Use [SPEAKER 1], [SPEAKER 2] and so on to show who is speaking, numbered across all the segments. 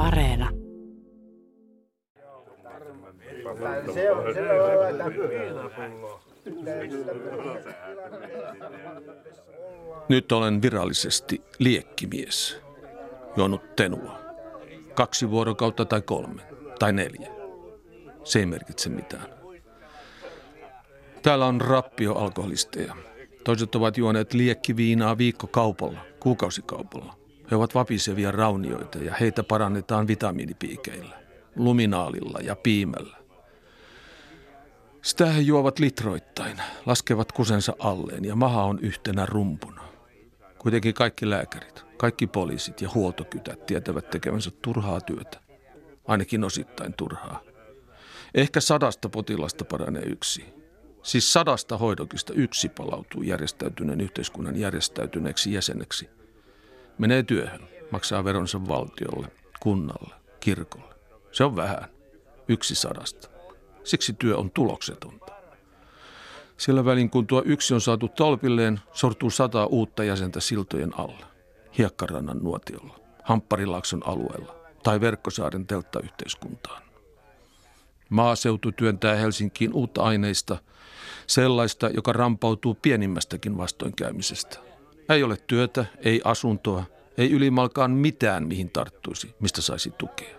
[SPEAKER 1] Areena.
[SPEAKER 2] Nyt olen virallisesti liekkimies, juonut tenua. 2 vuorokautta tai 3 tai 4. Se ei merkitse mitään. Täällä on rappioalkoholisteja. Toiset ovat juoneet liekkiviinaa viikkokaupalla, kuukausikaupalla. He ovat vapisevia raunioita ja heitä parannetaan vitamiinipiikeillä, luminaalilla ja piimällä. Sitä he juovat litroittain, laskevat kusensa alleen ja maha on yhtenä rumpuna. Kuitenkin kaikki lääkärit, kaikki poliisit ja huoltokytät tietävät tekevänsä turhaa työtä. Ainakin osittain turhaa. Ehkä 100 potilasta paranee 1. Siis 100 hoidokista 1 palautuu järjestäytyneen yhteiskunnan järjestäytyneeksi jäseneksi. Menee työhön, maksaa veronsa valtiolle, kunnalle, kirkolle. Se on vähän. 1 100. Siksi työ on tuloksetonta. Sillä välin kun tuo 1 on saatu tolpilleen, sortuu 100 uutta jäsentä siltojen alla. Hiekkarannan nuotiolla, Hampparilaakson alueella tai Verkkosaaren telttayhteiskuntaan. Maaseutu työntää Helsinkiin uutta aineista, sellaista, joka rampautuu pienimmästäkin vastoinkäymisestä. Ei ole työtä, ei asuntoa, ei ylimalkaan mitään, mihin tarttuisi, mistä saisi tukea.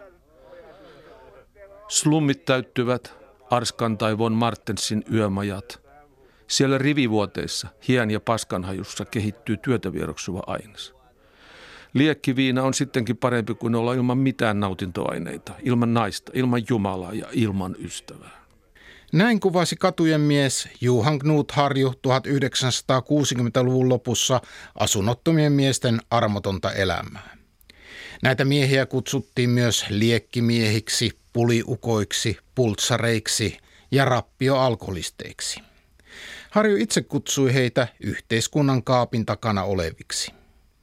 [SPEAKER 2] Slummit täyttyvät, Arskan tai von Martensin yömajat. Siellä rivivuoteissa, hien ja paskanhajussa kehittyy työtä vieroksuva aines. Liekkiviina on sittenkin parempi kuin olla ilman mitään nautintoaineita, ilman naista, ilman Jumalaa ja ilman ystävää.
[SPEAKER 3] Näin kuvasi katujen mies Johan Knut Harju 1960-luvun lopussa asunnottomien miesten armotonta elämää. Näitä miehiä kutsuttiin myös liekkimiehiksi, puliukoiksi, pultsareiksi ja rappioalkoholisteiksi. Harju itse kutsui heitä yhteiskunnan kaapin takana oleviksi.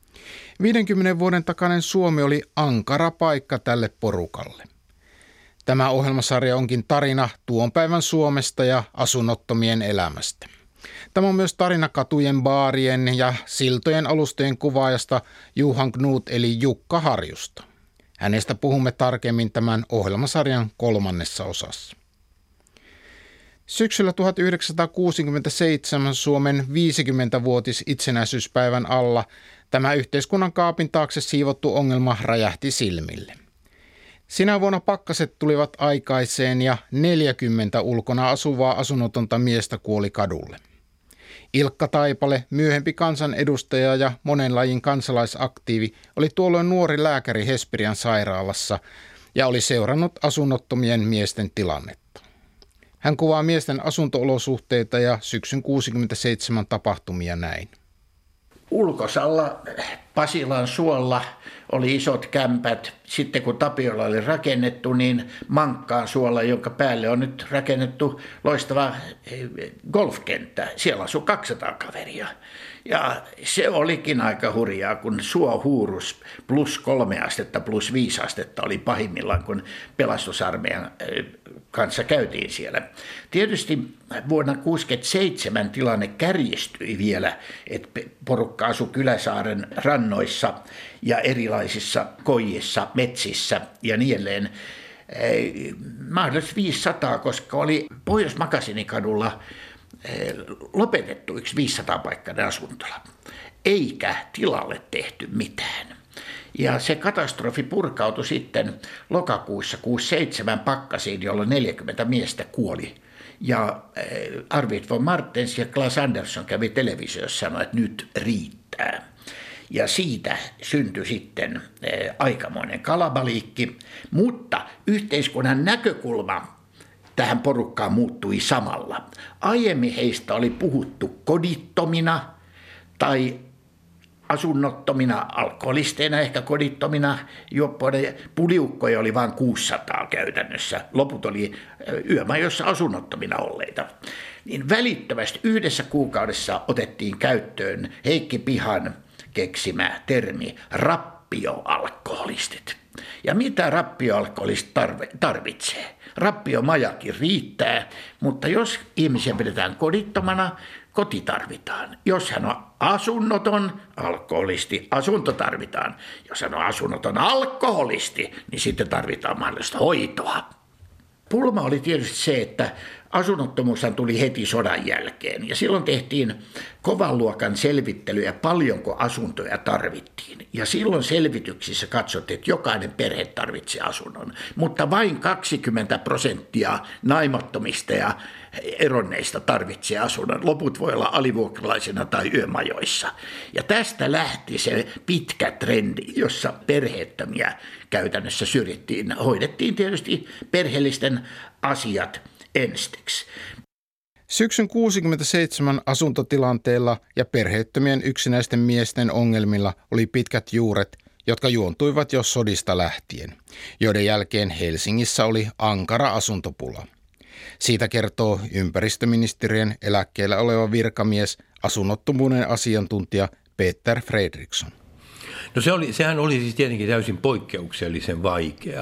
[SPEAKER 3] 50 vuoden takainen Suomi oli ankara paikka tälle porukalle. Tämä ohjelmasarja onkin tarina tuon päivän Suomesta ja asunnottomien elämästä. Tämä on myös tarina katujen, baarien ja siltojen alustojen kuvaajasta Johan Knut eli Jukka Harjusta. Hänestä puhumme tarkemmin tämän ohjelmasarjan 3. osassa. Syksyllä 1967 Suomen 50-vuotis itsenäisyyspäivän alla tämä yhteiskunnan kaapin taakse siivottu ongelma räjähti silmille. Sinä vuonna pakkaset tulivat aikaiseen ja 40 ulkona asuvaa asunnotonta miestä kuoli kadulle. Ilkka Taipale, myöhempi kansanedustaja ja monen lajin kansalaisaktiivi, oli tuolloin nuori lääkäri Hesperian sairaalassa ja oli seurannut asunnottomien miesten tilannetta. Hän kuvaa miesten asunto-olosuhteita ja syksyn 1967 tapahtumia näin.
[SPEAKER 4] Ulkosalla Pasilan suolla oli isot kämpät. Sitten kun Tapiola oli rakennettu, niin Mankkaan suolla, jonka päälle on nyt rakennettu loistava golfkenttä. Siellä asui 200 kaveria. Ja se olikin aika hurjaa, kun suo huurus +3 astetta, +5 astetta oli pahimmillaan, kun pelastusarmeijan kanssa käytiin siellä. Tietysti vuonna 1967 tilanne kärjistyi vielä, että porukka asui Kyläsaaren rannoissa ja erilaisissa koijissa, metsissä ja niin edelleen. Mahdollisesti 500, koska oli Pohjois-Makasinikadulla lopetettu yksi 500-paikkainen asuntola, eikä tilalle tehty mitään. Ja se katastrofi purkautui sitten lokakuussa 1967 Pakkasiin, jolloin 40 miestä kuoli. Ja Arvid von Martens ja Claes Andersson kävi televisiossa sanoa, että nyt riittää. Ja siitä syntyi sitten aikamoinen kalabaliikki, mutta yhteiskunnan näkökulma tähän porukkaan muuttui samalla. Aiemmin heistä oli puhuttu kodittomina tai asunnottomina, alkoholisteina, ehkä kodittomina, puliukkoja oli vain 600 käytännössä. Loput oli yömajoissa asunnottomina olleita. Niin välittömästi 1 kuukaudessa otettiin käyttöön Heikki Pihan keksimä termi rappioalkoholistit. Ja mitä rappioalkoholista tarvitsee? Rappiomajakin riittää, mutta jos ihmisiä pidetään kodittomana, koti tarvitaan. Jos hän on asunnoton alkoholisti, asunto tarvitaan. Jos hän on asunnoton alkoholisti, niin sitten tarvitaan mahdollista hoitoa. Pulma oli tietysti se, että asunnottomuushan tuli heti sodan jälkeen ja silloin tehtiin kovan luokan selvittelyjä, paljonko asuntoja tarvittiin. Ja silloin selvityksissä katsottiin, että jokainen perhe tarvitsee asunnon, mutta vain 20% naimattomista ja eronneista tarvitsee asunnon. Loput voi olla alivuokralaisina tai yömajoissa. Ja tästä lähti se pitkä trendi, jossa perheettömiä käytännössä syrjittiin. Hoidettiin tietysti perheellisten asiat ensiksi.
[SPEAKER 3] Syksyn 1967 asuntotilanteella ja perheettömien yksinäisten miesten ongelmilla oli pitkät juuret, jotka juontuivat jo sodista lähtien, joiden jälkeen Helsingissä oli ankara asuntopula. Siitä kertoo ympäristöministeriön eläkkeellä oleva virkamies, asunnottomuuden asiantuntija Peter Fredriksson.
[SPEAKER 1] No sehän oli siis tietenkin täysin poikkeuksellisen vaikea.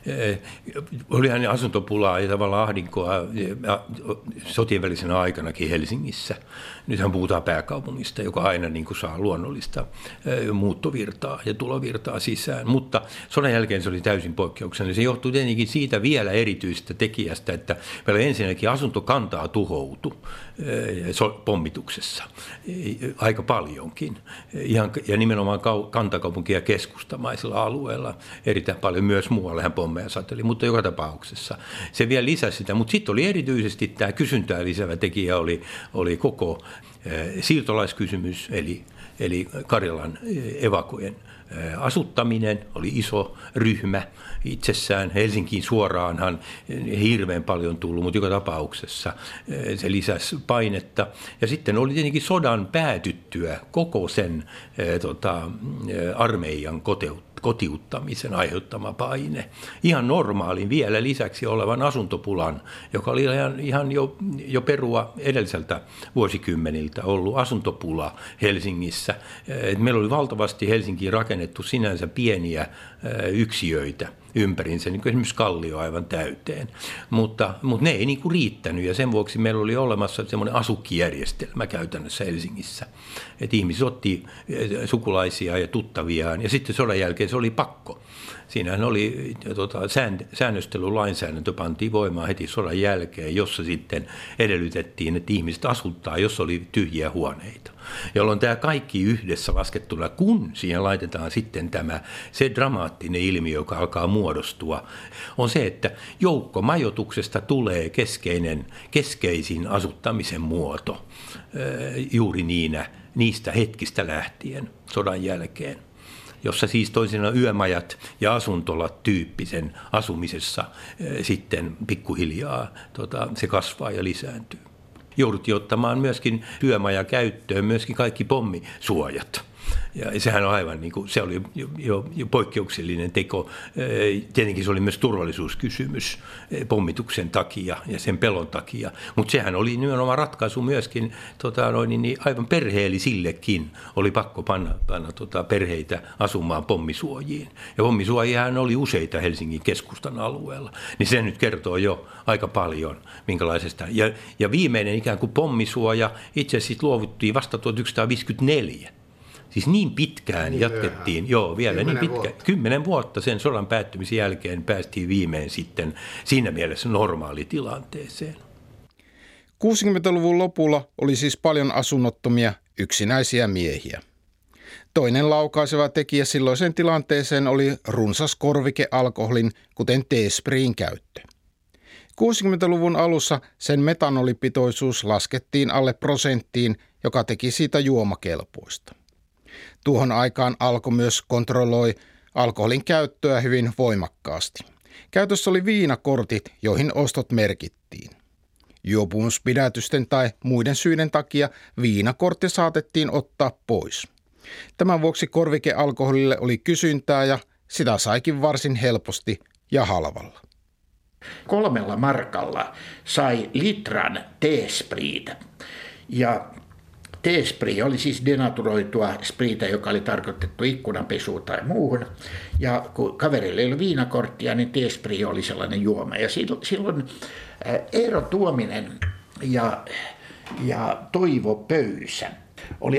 [SPEAKER 1] Olihan asuntopulaa ja tavallaan ahdinkoa sotien välisenä aikanakin Helsingissä. Nythän puhutaan pääkaupungista, joka aina niin kuin saa luonnollista muuttovirtaa ja tulovirtaa sisään. Mutta sodan jälkeen se oli täysin poikkeuksellinen. Se johtui tietenkin siitä vielä erityisestä tekijästä, että meillä ensinnäkin asuntokantaa tuhoutui pommituksessa aika paljonkin. Ja nimenomaan kantakaupunkia keskustamaisilla alueilla erittäin paljon, myös muuallehan pommeja sateli, mutta joka tapauksessa se vielä lisäsi sitä. Mutta sitten oli erityisesti tämä kysyntää lisäävä tekijä oli koko siirtolaiskysymys, eli Karjalan evakojen asuttaminen oli iso ryhmä itsessään. Helsinkiin suoraanhan hirveän paljon tullut, mutta joka tapauksessa se lisäsi painetta. Ja sitten oli tietenkin sodan päätyttyä koko sen armeijan kotiuttamisen aiheuttama paine. Ihan normaalin vielä lisäksi olevan asuntopulan, joka oli ihan jo perua edelliseltä vuosikymmeniltä ollut asuntopula Helsingissä. Meillä oli valtavasti Helsinkiin rakennettu sinänsä pieniä yksiöitä ympärinsä, niin kuin esimerkiksi Kallio aivan täyteen. Mutta ne ei niin kuin riittänyt ja sen vuoksi meillä oli olemassa semmoinen asukkijärjestelmä käytännössä Helsingissä. Että ihmiset otti sukulaisia ja tuttaviaan ja sitten sodan jälkeen se oli pakko. Siinähän oli säännöstelylainsäädäntö pantiin voimaan heti sodan jälkeen, jossa sitten edellytettiin, että ihmiset asuttaa, jos oli tyhjiä huoneita. Jolloin tämä kaikki yhdessä laskettuna, kun siihen laitetaan sitten se dramaattinen ilmiö, joka alkaa muodostua, on se, että joukkomajoituksesta tulee keskeisin asuttamisen muoto juuri niistä hetkistä lähtien sodan jälkeen, jossa siis toisinaan yömajat ja asuntolat tyyppisen asumisessa sitten pikkuhiljaa se kasvaa ja lisääntyy. Jouduttiin ottamaan myöskin työmaja käyttöön, myöskin kaikki pommisuojat. Ja sehän on aivan niin kuin, se oli jo poikkeuksellinen teko. Tietenkin se oli myös turvallisuuskysymys pommituksen takia ja sen pelon takia. Mutta sehän oli nimenomaan ratkaisu myöskin aivan perheellisillekin. Oli pakko panna perheitä asumaan pommisuojiin. Ja pommisuojiahan oli useita Helsingin keskustan alueella. Niin se nyt kertoo jo aika paljon minkälaisesta. Ja viimeinen ikään kuin pommisuoja itse asiassa luovuttiin vasta 1954. Siis niin pitkään jatkettiin, vielä niin pitkään. 10 vuotta sen sodan päättymisen jälkeen päästiin viimein sitten siinä mielessä normaalitilanteeseen.
[SPEAKER 3] 60-luvun lopulla oli siis paljon asunnottomia yksinäisiä miehiä. Toinen laukaiseva tekijä silloiseen tilanteeseen oli runsas korvikealkoholin, kuten teespriin käyttö. 60-luvun alussa sen metanolipitoisuus laskettiin alle prosenttiin, joka teki siitä juomakelpoista. Tuohon aikaan Alko myös kontrolloi alkoholin käyttöä hyvin voimakkaasti. Käytössä oli viinakortit, joihin ostot merkittiin. Juopumuspidätysten tai muiden syiden takia viinakortti saatettiin ottaa pois. Tämän vuoksi korvikealkoholille oli kysyntää ja sitä saikin varsin helposti ja halvalla.
[SPEAKER 4] 3 markalla sai litran teespriitä ja T-spri oli siis denaturoitua spriitä, joka oli tarkoitettu ikkunanpesuun tai muuhun. Ja kun kaverilla ei ollut viinakorttia, niin T-spri oli sellainen juoma. Ja silloin Eero Tuominen ja Toivo Pöysä oli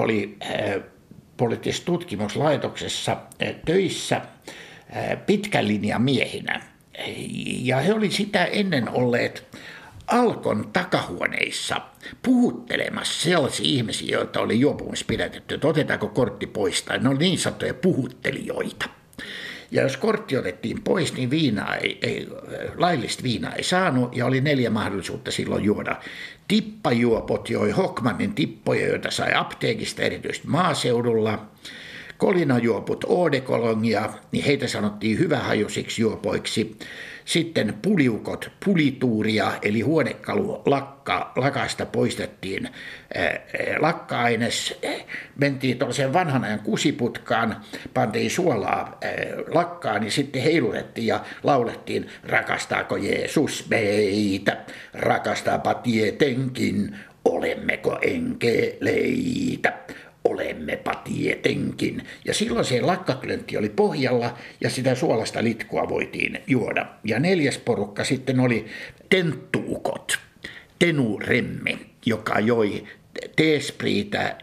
[SPEAKER 4] alkoholipoliittisessa tutkimuslaitoksessa töissä pitkän linjan miehinä. Ja he olivat sitä ennen olleet Alkon takahuoneissa puhuttelemassa sellaisia ihmisiä, joita oli juopumassa pidätetty, että otetaanko kortti pois, tai ne oli niin sanottuja puhuttelijoita. Ja jos kortti otettiin pois, niin laillista viinaa ei saanut, ja oli 4 mahdollisuutta silloin juoda. Tippajuopot joi Hockmannin tippoja, joita sai apteekista erityisesti maaseudulla. Kolinajuoput Odekolongia, niin heitä sanottiin hyvähajuisiksi juopoiksi. Sitten puliukot, pulituuria, eli huonekalu lakasta poistettiin lakka-aines. Mentiin tuollaiseen vanhan ajan kusiputkaan, pantiin suolaa lakkaan, niin sitten heilutettiin ja laulettiin, rakastaako Jeesus meitä, rakastaapa tietenkin, olemmeko enkeleitä. Olemmepa tietenkin. Ja silloin se lakkaklöntti oli pohjalla ja sitä suolasta litkua voitiin juoda. Ja 4. porukka sitten oli tenttuukot, tenuremme, joka joi T-spriitä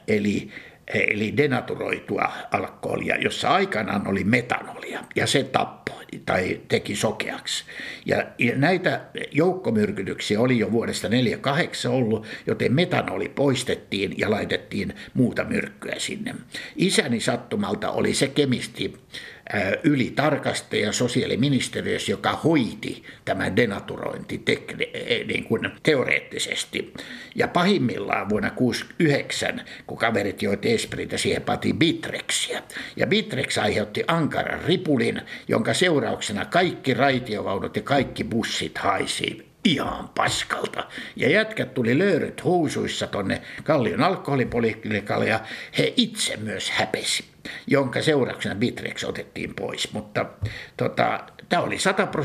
[SPEAKER 4] eli denaturoitua alkoholia, jossa aikanaan oli metanolia ja se tappoi tai teki sokeaksi. Ja näitä joukkomyrkytyksiä oli jo vuodesta 1948 ollut, joten metanoli poistettiin ja laitettiin muuta myrkkyä sinne. Isäni sattumalta oli se kemisti ylitarkastaja sosiaaliministeriössä, joka hoiti tämän denaturointi niin kuin teoreettisesti. Ja pahimmillaan vuonna 1969, kun kaverit joi T-spriitä, siihen pati Bitrexiä. Ja Bitrex aiheutti ankaran ripulin, jonka seurauksena kaikki raitiovaunut ja kaikki bussit haisi ihan paskalta. Ja jätkät tuli löyryt housuissa tonne Kallion alkoholipoliklinikalle ja he itse myös häpesi, jonka seurauksena Bitrex otettiin pois. Mutta tämä oli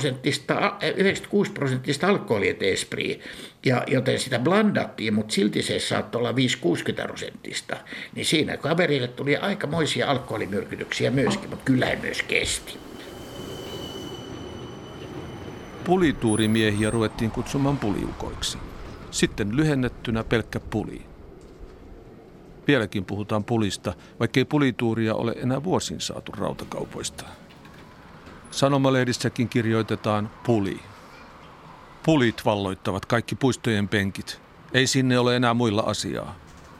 [SPEAKER 4] 96% alkoholia T-spri, joten sitä blandattiin, mutta silti se saattoi olla 5-60%. Niin siinä kaverille tuli aikamoisia alkoholimyrkytyksiä myöskin, mutta kyllä he myös kesti.
[SPEAKER 2] Pulituurimiehiä ruvettiin kutsumaan puliukoiksi. Sitten lyhennettynä pelkkä puli. Vieläkin puhutaan pulista, vaikkei pulituuria ole enää vuosin saatu rautakaupoista. Sanomalehdissäkin kirjoitetaan puli. Pulit valloittavat kaikki puistojen penkit. Ei sinne ole enää muilla asiaa.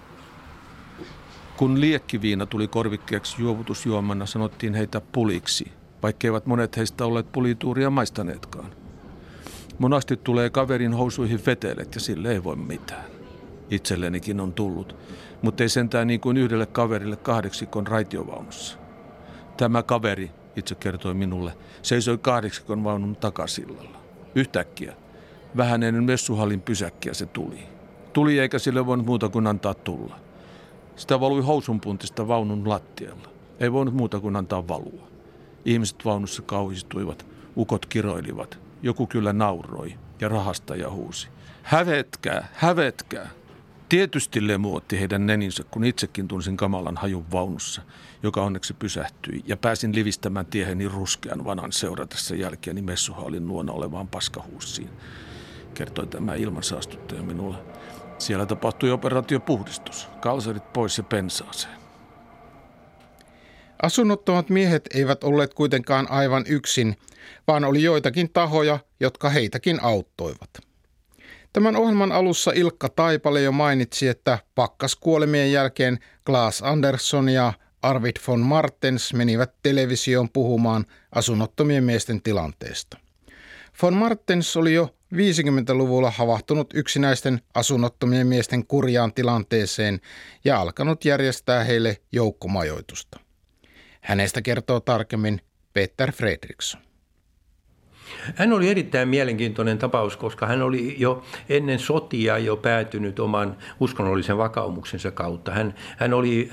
[SPEAKER 2] Kun liekkiviina tuli korvikkeeksi juovutusjuomana, sanottiin heitä puliksi, vaikkeivat monet heistä olleet pulituuria maistaneetkaan. Monasti tulee kaverin housuihin vetelet ja sille ei voi mitään. Itsellenikin on tullut, mutta ei sentään niin kuin yhdelle kaverille 8 raitiovaunussa. Tämä kaveri, itse kertoi minulle, seisoi 8 vaunun takasillalla. Yhtäkkiä, vähän ennen messuhallin pysäkkiä se tuli. Tuli eikä sille voinut muuta kuin antaa tulla. Sitä valui housunpuntista vaunun lattialla. Ei voinut muuta kuin antaa valua. Ihmiset vaunussa kauhistuivat, ukot kiroilivat. Joku kyllä nauroi ja rahastaja huusi. Hävetkää, hävetkää. Tietysti lemuotti heidän neninsä, kun itsekin tunsin kamalan hajun vaunussa, joka onneksi pysähtyi, ja pääsin livistämään tieheni ruskean vanan seuratessa jälkeeni messuhallin luona olevaan paskahuussiin, kertoi tämä ilmansaastuttaja minulle. Siellä tapahtui operaatiopuhdistus, kalsarit pois ja pensaaseen.
[SPEAKER 3] Asunnottomat miehet eivät olleet kuitenkaan aivan yksin, vaan oli joitakin tahoja, jotka heitäkin auttoivat. Tämän ohjelman alussa Ilkka Taipale jo mainitsi, että pakkaskuolemien jälkeen Claes Andersson ja Arvid von Martens menivät televisioon puhumaan asunnottomien miesten tilanteesta. Von Martens oli jo 50-luvulla havahtunut yksinäisten asunnottomien miesten kurjaan tilanteeseen ja alkanut järjestää heille joukkomajoitusta. Hänestä kertoo tarkemmin Peter Fredriksson.
[SPEAKER 1] Hän oli erittäin mielenkiintoinen tapaus, koska hän oli jo ennen sotia jo päätynyt oman uskonnollisen vakaumuksensa kautta. Hän oli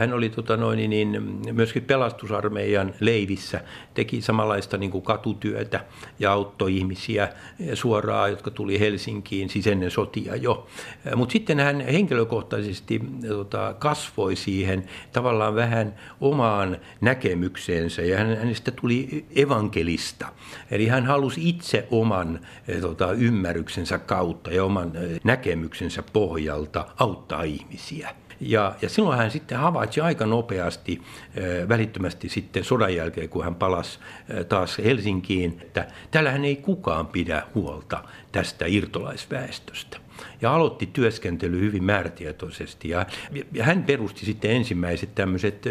[SPEAKER 1] myöskin pelastusarmeijan leivissä, teki samanlaista niin kuin katutyötä ja auttoi ihmisiä suoraan, jotka tuli Helsinkiin, siis ennen sotia jo. Mutta sitten hän henkilökohtaisesti kasvoi siihen tavallaan vähän omaan näkemykseensä ja hänestä tuli evankelista. Eli hän halusi itse oman ymmärryksensä kautta ja oman näkemyksensä pohjalta auttaa ihmisiä. Ja silloin hän sitten havaitsi aika nopeasti, välittömästi sitten sodan jälkeen, kun hän palasi taas Helsinkiin, että täällähän ei kukaan pidä huolta tästä irtolaisväestöstä. Ja aloitti työskentely hyvin määrätietoisesti. Ja hän perusti sitten ensimmäiset tämmöiset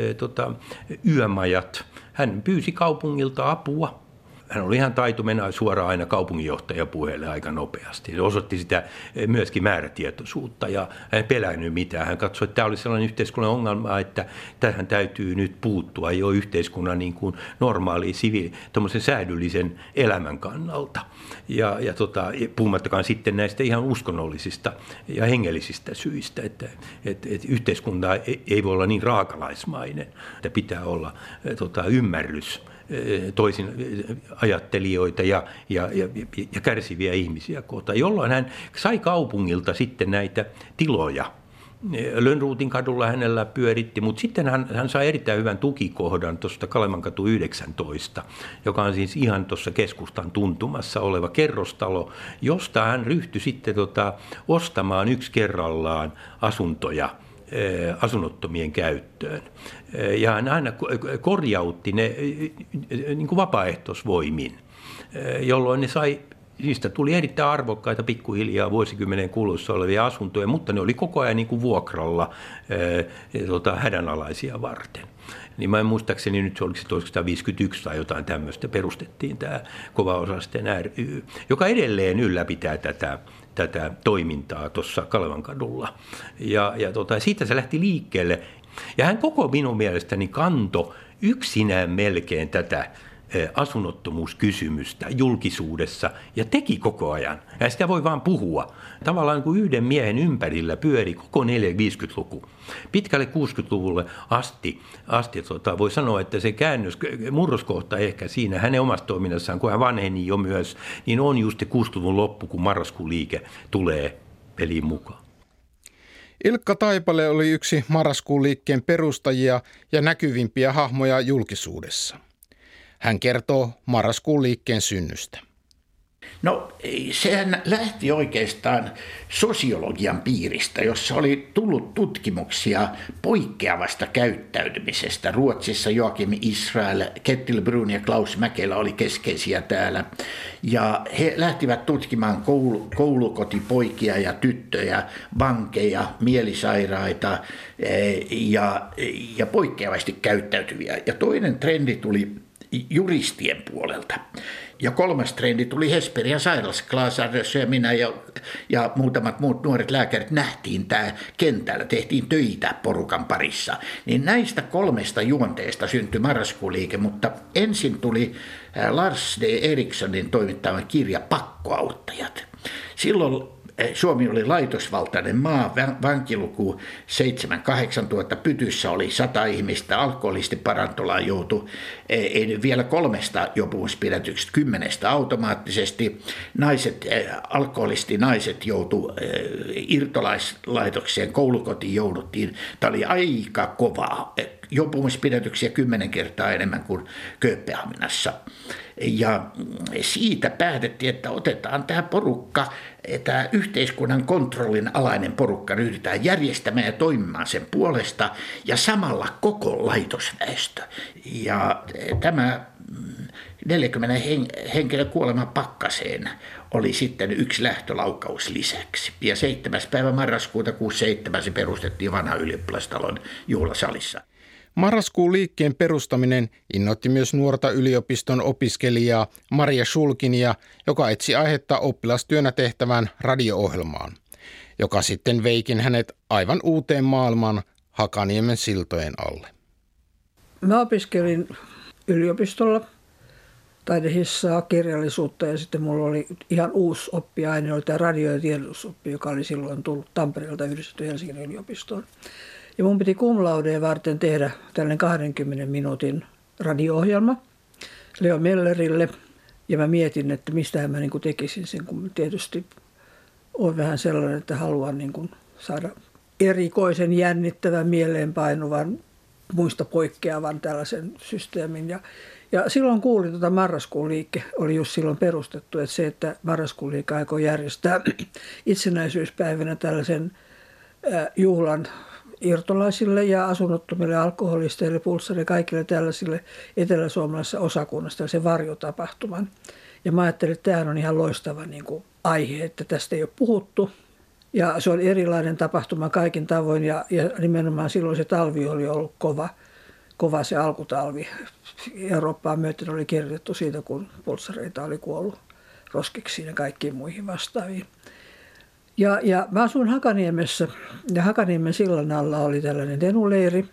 [SPEAKER 1] yömajat. Hän pyysi kaupungilta apua. Hän oli ihan taito mennä suoraan aina kaupunginjohtajan puheelle aika nopeasti. Se osoitti sitä myöskin määrätietoisuutta ja hän ei pelännyt mitään. Hän katsoi, että tämä oli sellainen yhteiskunnan ongelma, että tähän täytyy nyt puuttua jo yhteiskunnan niin kuin normaali tommoisen säädyllisen elämän kannalta. Ja puhumattakaan sitten näistä ihan uskonnollisista ja hengellisistä syistä, että yhteiskunta ei voi olla niin raakalaismainen, että pitää olla ymmärrys toisin ajattelijoita ja kärsiviä ihmisiä kohtaan, jolloin hän sai kaupungilta sitten näitä tiloja. Lönnruutin kadulla hänellä pyöritti, mutta sitten hän sai erittäin hyvän tukikohdan tuosta Kalemankatu 19, joka on siis ihan tuossa keskustan tuntumassa oleva kerrostalo, josta hän ryhtyi sitten ostamaan yksi kerrallaan asuntoja asunnottomien käyttöön. Ja hän aina korjautti ne niin kuin vapaaehtoisvoimin, jolloin ne niistä tuli erittäin arvokkaita pikkuhiljaa vuosikymmenen kulussa olevia asuntoja, mutta ne oli koko ajan niin kuin vuokralla hädänalaisia varten. Niin mä en muistaakseni nyt se oliko se 1951 tai jotain tämmöistä, perustettiin tämä Kovaosasten ry, joka edelleen ylläpitää tätä toimintaa tuossa Kalevankadulla. Ja siitä se lähti liikkeelle. Ja hän koko minun mielestäni kantoi yksinään melkein tätä asunnottomuuskysymystä julkisuudessa ja teki koko ajan. Ja sitä voi vaan puhua. Tavallaan kuin yhden miehen ympärillä pyöri koko 40-50-luku. Pitkälle 60-luvulle asti voi sanoa, että se murroskohta ehkä siinä hänen omassa toiminnassaan, kun hän vanheni jo myös, niin on just 60-luvun loppu, kun marraskuun liike tulee peliin mukaan.
[SPEAKER 3] Ilkka Taipale oli yksi marraskuun liikkeen perustajia ja näkyvimpiä hahmoja julkisuudessa. Hän kertoo marraskuun liikkeen synnystä.
[SPEAKER 4] No sehän lähti oikeastaan sosiologian piiristä, jossa oli tullut tutkimuksia poikkeavasta käyttäytymisestä. Ruotsissa Joakim Israel, Kettilbrun ja Klaus Mäkelä oli keskeisiä täällä. Ja he lähtivät tutkimaan koulukotipoikia ja tyttöjä, vankeja, mielisairaita ja poikkeavasti käyttäytyviä. Ja toinen trendi tuli juristien puolelta. Ja kolmas trendi tuli Hesperian sairaalassa. Klaas Andersson ja minä ja muutamat muut nuoret lääkärit nähtiin tämä kentällä, tehtiin töitä porukan parissa. Niin näistä kolmesta juonteesta syntyi marraskuun liike, mutta ensin tuli Lars D. Erikssonin toimittama kirja Pakkoauttajat. Silloin Suomi oli laitosvaltainen maa, vankiluku 7-8 tuhatta, Pytyssä oli 100 ihmistä, alkoholistiparantolaan joutui, ei nyt vielä 3 jopumispidätyksestä, 10 automaattisesti. Alkoholistinaiset joutui irtolaislaitokseen, koulukotiin jouduttiin. Tämä oli aika kovaa, jopumispidätyksiä 10 kertaa enemmän kuin Kööpenhaminassa. Ja siitä päätettiin, että otetaan tämä porukka, tämä yhteiskunnan kontrollin alainen porukka, ryhdytään järjestämään ja toimimaan sen puolesta ja samalla koko laitosväestö. Ja tämä 40 henkilön kuolema pakkaseen oli sitten yksi lähtölaukaus lisäksi. Ja 7. päivä marraskuuta 67 se perustettiin vanhan ylioppilastalon juhlasalissa.
[SPEAKER 3] Marraskuun liikkeen perustaminen innoitti myös nuorta yliopiston opiskelijaa Maria Shulkinia, joka etsi aihetta oppilastyönä tehtävään radio-ohjelmaan, joka sitten veikin hänet aivan uuteen maailmaan Hakaniemen siltojen alle.
[SPEAKER 5] Mä opiskelin yliopistolla taidehissaa, kirjallisuutta ja sitten mulla oli ihan uusi oppiaine, oli tämä radio- ja tiedotusoppi, joka oli silloin tullut Tampereelta yhdistetty Helsingin yliopistoon. Ja mun piti cum laudea varten tehdä tällainen 20 minuutin radio-ohjelma Leo Mellerille. Ja mä mietin, että mistähän mä niin kuin tekisin sen, kun tietysti on vähän sellainen, että haluan niin kuin saada erikoisen, jännittävän, mieleenpainuvan, muista poikkeavan tällaisen systeemin. Ja silloin kuulin, että Marraskuun liike oli just silloin perustettu, että se, että Marraskuun liike aikoo järjestää itsenäisyyspäivänä tällaisen juhlan irtolaisille ja asunnottomille alkoholisteille, pulssarille, kaikille tällaisille eteläsuomalaisessa osakunnassa tällaisen varjotapahtuman. Ja mä ajattelin, että tämähän on ihan loistava niin kuin aihe, että tästä ei ole puhuttu. Ja se on erilainen tapahtuma kaikin tavoin ja nimenomaan silloin se talvi oli ollut kova se alkutalvi. Eurooppaan myöten oli kirjoitettu siitä, kun pulssareita oli kuollut roskiksiin ja kaikkiin muihin vastaaviin. Ja mä asuin Hakaniemessä ja Hakaniemen sillan alla oli tällainen tenuleiri,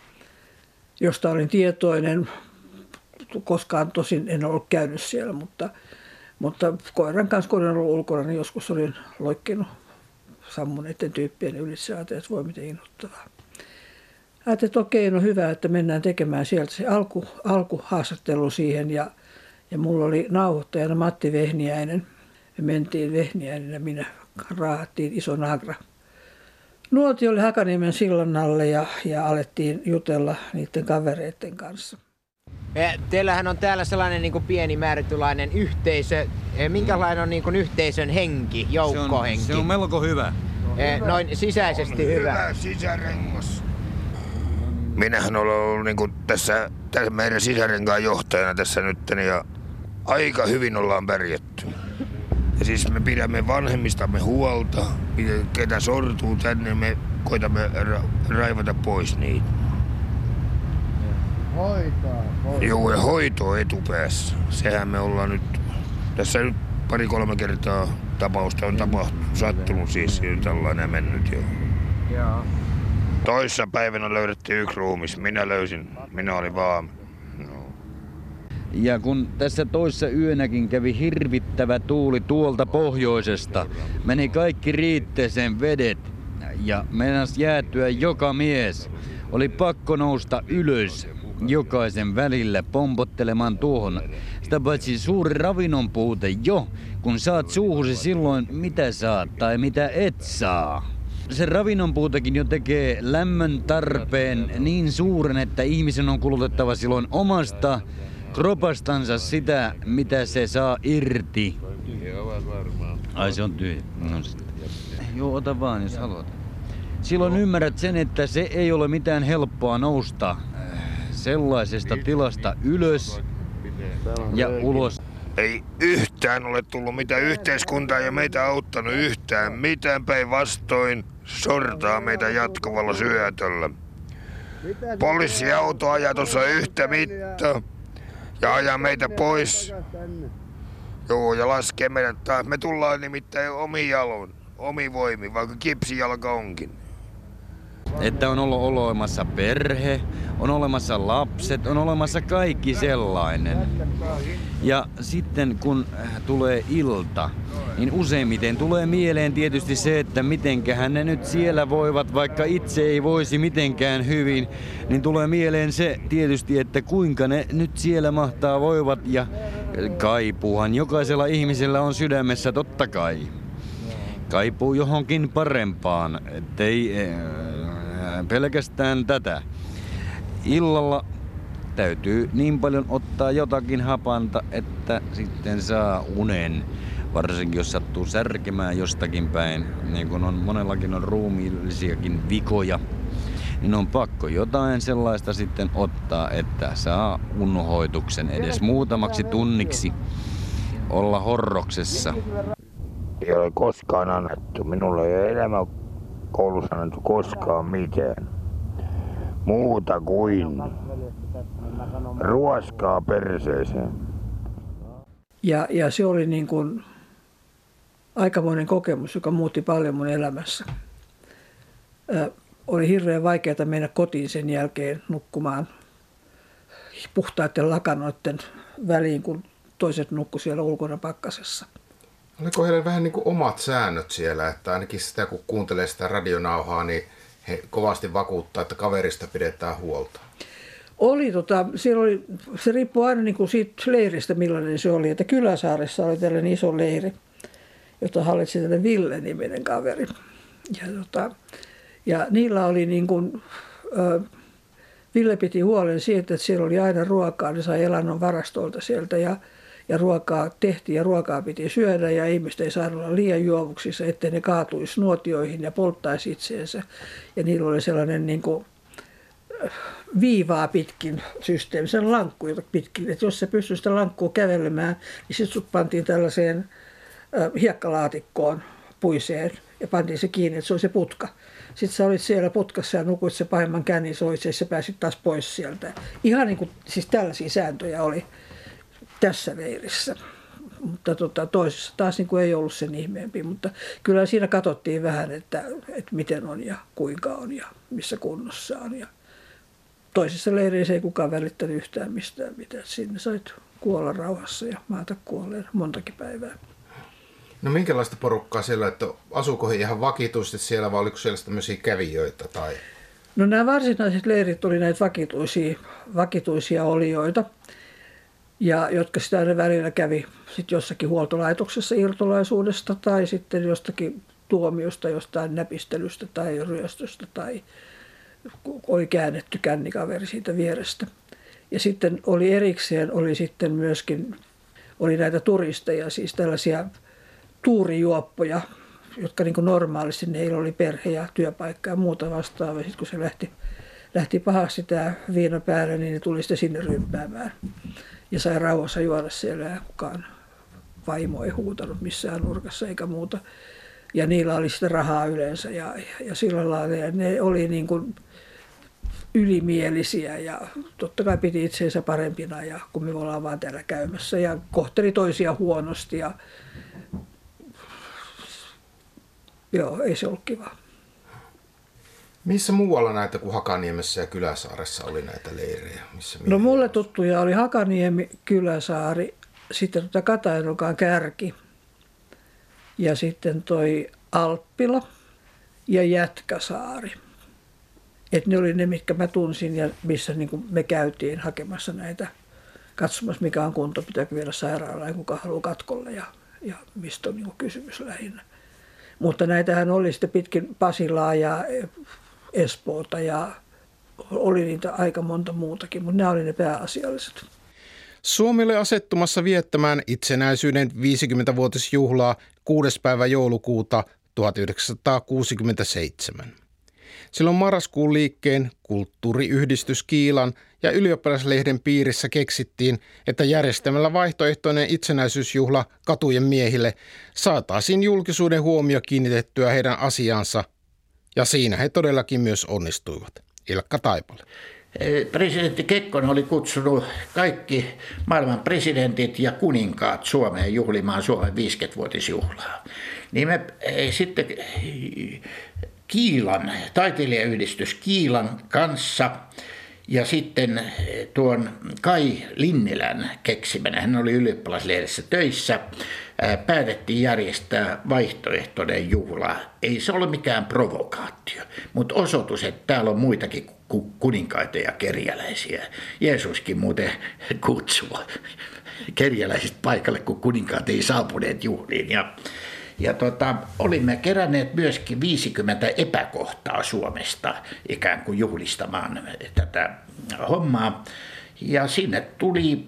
[SPEAKER 5] josta olin tietoinen. Koskaan tosin en ollut käynyt siellä, mutta koiran kanssa, kun olen ollut ulkona, niin joskus olin loikkinut sammuneiden tyyppien ylitse. Ajattelin, että voi miten innoittavaa. Ajattelin, että okei, no hyvä, että mennään tekemään sieltä se alkuhaastattelu siihen. Ja mulla oli nauhoittajana Matti Vehniäinen. Me mentiin Vehniäinen ja minä raahattiin iso nagra. Nuoti oli Hakaniemen sillan alle ja alettiin jutella niiden kavereiden kanssa.
[SPEAKER 6] Teillähän on täällä sellainen niin kuin pieni määrätynlainen yhteisö. Minkälainen on niin kuin yhteisön henki, joukkohenki?
[SPEAKER 7] Se on melko hyvä.
[SPEAKER 6] Noin sisäisesti hyvä.
[SPEAKER 8] Sisärengas. Minähän olen ollut niin kuin tässä meidän sisärenkaan johtajana tässä nyt ja aika hyvin ollaan pärjätty. Ja siis me pidämme vanhemmistamme huolta, ketä sortuu tänne, me koitamme raivata pois niitä. Joo, ja hoito etupäässä. Sehän me ollaan nyt, tässä nyt 2-3 kertaa tapausta on sattunut siis tällainen mennyt jo.
[SPEAKER 6] Joo.
[SPEAKER 8] Toissa päivänä löydettiin yksi ruumis, minä löysin, minä olin vaan. No.
[SPEAKER 7] Ja kun tässä toissa yönäkin kävi hirvittävä tuuli tuolta pohjoisesta, meni kaikki riitteeseen vedet ja meinas jäätyä joka mies. Oli pakko nousta ylös jokaisen välillä pompottelemaan tuohon. Sitä paitsi suuri ravinnon puute jo, kun saat suuhusi silloin mitä saat tai mitä et saa. Se ravinnon puutekin jo tekee lämmön tarpeen niin suuren, että ihmisen on kulutettava silloin omasta kropastansa sitä, mitä se saa irti. Ai se on tyhjä. No sitten. Joo, ota vaan jos haluat. Silloin ymmärrät sen, että se ei ole mitään helppoa nousta sellaisesta tilasta ylös ja ulos.
[SPEAKER 8] Ei yhtään ole tullut mitään yhteiskuntaa ja meitä auttanut yhtään mitään, päinvastoin sortaa meitä jatkuvalla syötöllä. Poliisiauto ajaa tuossa yhtä mittaa ja ajaa meitä pois. Joo, ja laskee meidät taas. Me tullaan nimittäin omin jaloin, omin voimin, vaikka kipsijalka onkin.
[SPEAKER 7] Että on ollut olemassa perhe, on olemassa lapset, on olemassa kaikki sellainen. Ja sitten kun tulee ilta, niin useimmiten tulee mieleen tietysti se, että mitenkähän ne nyt siellä voivat, vaikka itse ei voisi mitenkään hyvin, niin tulee mieleen se tietysti, että kuinka ne nyt siellä mahtaa voivat ja kaipuuhan jokaisella ihmisellä on sydämessä totta kai. Kaipuu johonkin parempaan, ettei pelkästään tätä. Illalla täytyy niin paljon ottaa jotakin hapanta, että sitten saa unen. Varsinkin jos sattuu särkemään jostakin päin, niin kun monellakin on ruumiillisiakin vikoja, niin on pakko jotain sellaista sitten ottaa, että saa unhoituksen edes muutamaksi tunniksi olla horroksessa.
[SPEAKER 8] Ei ole koskaan annettu. Minulle ei ole elämäkoulussa annettu koskaan mitään. Muuta kuin ruoskaa perseeseen.
[SPEAKER 5] Ja se oli niin kuin aikamoinen kokemus, joka muutti paljon mun elämässä. Oli hirveän vaikeaa mennä kotiin sen jälkeen nukkumaan puhtaiden lakanoiden väliin, kun toiset nukkui siellä ulkona pakkasessa.
[SPEAKER 3] Oliko heillä vähän niin kuin omat säännöt siellä, että ainakin sitä kun kuuntelee sitä radionauhaa, niin he kovasti vakuuttaa, että kaverista pidetään huolta?
[SPEAKER 5] Se riippuu aina niin kuin siitä leiristä, millainen se oli. Että Kyläsaaressa oli tällainen iso leiri, jota hallitsi tällainen Ville-niminen kaveri. Ja niillä oli niin kuin, Ville piti huolen siitä, että siellä oli aina ruokaa. Ne sai elannon varastolta sieltä ja ruokaa tehtiin ja ruokaa piti syödä ja ihmiset ei saanut olla liian juovuksissa, ettei ne kaatuisi nuotioihin ja polttaisi itseensä. Ja niillä oli sellainen niin kuin viivaa pitkin systeemi, sen lankku pitkin, että jos se pystyi sitä lankkua kävelemään, niin sitten sut pantiin tällaiseen hiekkalaatikkoon puiseen ja pantiin se kiinni, että se oli se putka. Sitten sä olit siellä putkassa ja nukuit se pahimman kännin soitseessa ja pääsit taas pois sieltä. Ihan niin kuin, siis tällaisia sääntöjä oli tässä leirissä. Mutta toisessa taas niin kuin ei ollut sen ihmeempi, mutta kyllä siinä katsottiin vähän, että miten on ja kuinka on ja missä kunnossa on. Ja toisessa leireissä ei kukaan välittänyt yhtään mistään mitään. Sinne sait kuolla rauhassa ja maata kuolleen montakin päivää.
[SPEAKER 3] No minkälaista porukkaa siellä, että asuuko he ihan vakituisesti siellä vai oliko siellä tämmöisiä kävijöitä? Tai?
[SPEAKER 5] No nämä varsinaiset leirit oli näitä vakituisia olijoita, ja jotka sitä aina välillä kävi sit jossakin huoltolaitoksessa irtolaisuudesta tai sitten jostakin tuomiosta, jostain näpistelystä tai ryöstöstä tai oli käännetty kännikaveri siitä vierestä. Ja sitten oli erikseen, oli näitä turisteja, siis tällaisia tuurijuoppoja, jotka niin kuin normaalisti heillä oli perhe ja työpaikka ja muuta vastaavaa. Sitten kun se lähti pahasti tämä viina päälle, niin ne tuli sitten sinne rympäämään. Ja sai rauhassa juoda siellä ja kukaan vaimo ei huutanut missään nurkassa eikä muuta. Ja niillä oli sitten rahaa yleensä ja sillä lailla ne oli niin kuin ylimielisiä ja totta kai piti itseensä parempina, ja kun me ollaan vaan täällä käymässä ja kohteli toisia huonosti. Ja joo, ei se ollut kiva.
[SPEAKER 3] Missä muualla näitä kuin Hakaniemessä ja Kyläsaaressa oli näitä leirejä?
[SPEAKER 5] No mulle tuttuja oli Hakaniemi, Kyläsaari, sitten Katainokan Kärki ja sitten toi Alppila ja Jätkäsaari. Et ne oli ne, mitkä mä tunsin ja missä niin kuin me käytiin hakemassa näitä, katsomassa mikä on kunto, pitääkö viedä sairaalaan ja kuka haluaa katkolle ja mistä on niin kuin kysymys lähinnä. Mutta näitähän oli sitten pitkin Pasilaa ja Espoota ja oli niitä aika monta muutakin, mutta nämä oli ne pääasialliset.
[SPEAKER 3] Suomi oli asettumassa viettämään itsenäisyyden 50-vuotisjuhlaa 6. päivä joulukuuta 1967. Silloin Marraskuun liikkeen, Kulttuuriyhdistys Kiilan ja Ylioppilaslehden piirissä keksittiin, että järjestämällä vaihtoehtoinen itsenäisyysjuhla Katujen miehille saataisiin julkisuuden huomio kiinnitettyä heidän asiansa, ja siinä he todellakin myös onnistuivat. Ilkka Taipale.
[SPEAKER 4] Presidentti Kekkonen oli kutsunut kaikki maailman presidentit ja kuninkaat Suomeen juhlimaan Suomen 50-vuotisjuhlaa. Niin me sitten Kiilan, taiteilijayhdistys Kiilan kanssa ja sitten tuon Kai Linnilän keksimänä, hän oli Ylioppilaslehdessä töissä, päätettiin järjestää vaihtoehtoinen juhla. Ei se ole mikään provokaatio, mutta osoitus, että täällä on muitakin kuninkaita ja kerjäläisiä. Jeesuskin muuten kutsuu kerjäläiset paikalle, kun kuninkaat ei saapuneet juhliin. Ja olimme keränneet myöskin 50 epäkohtaa Suomesta ikään kuin juhlistamaan tätä hommaa. Ja sinne tuli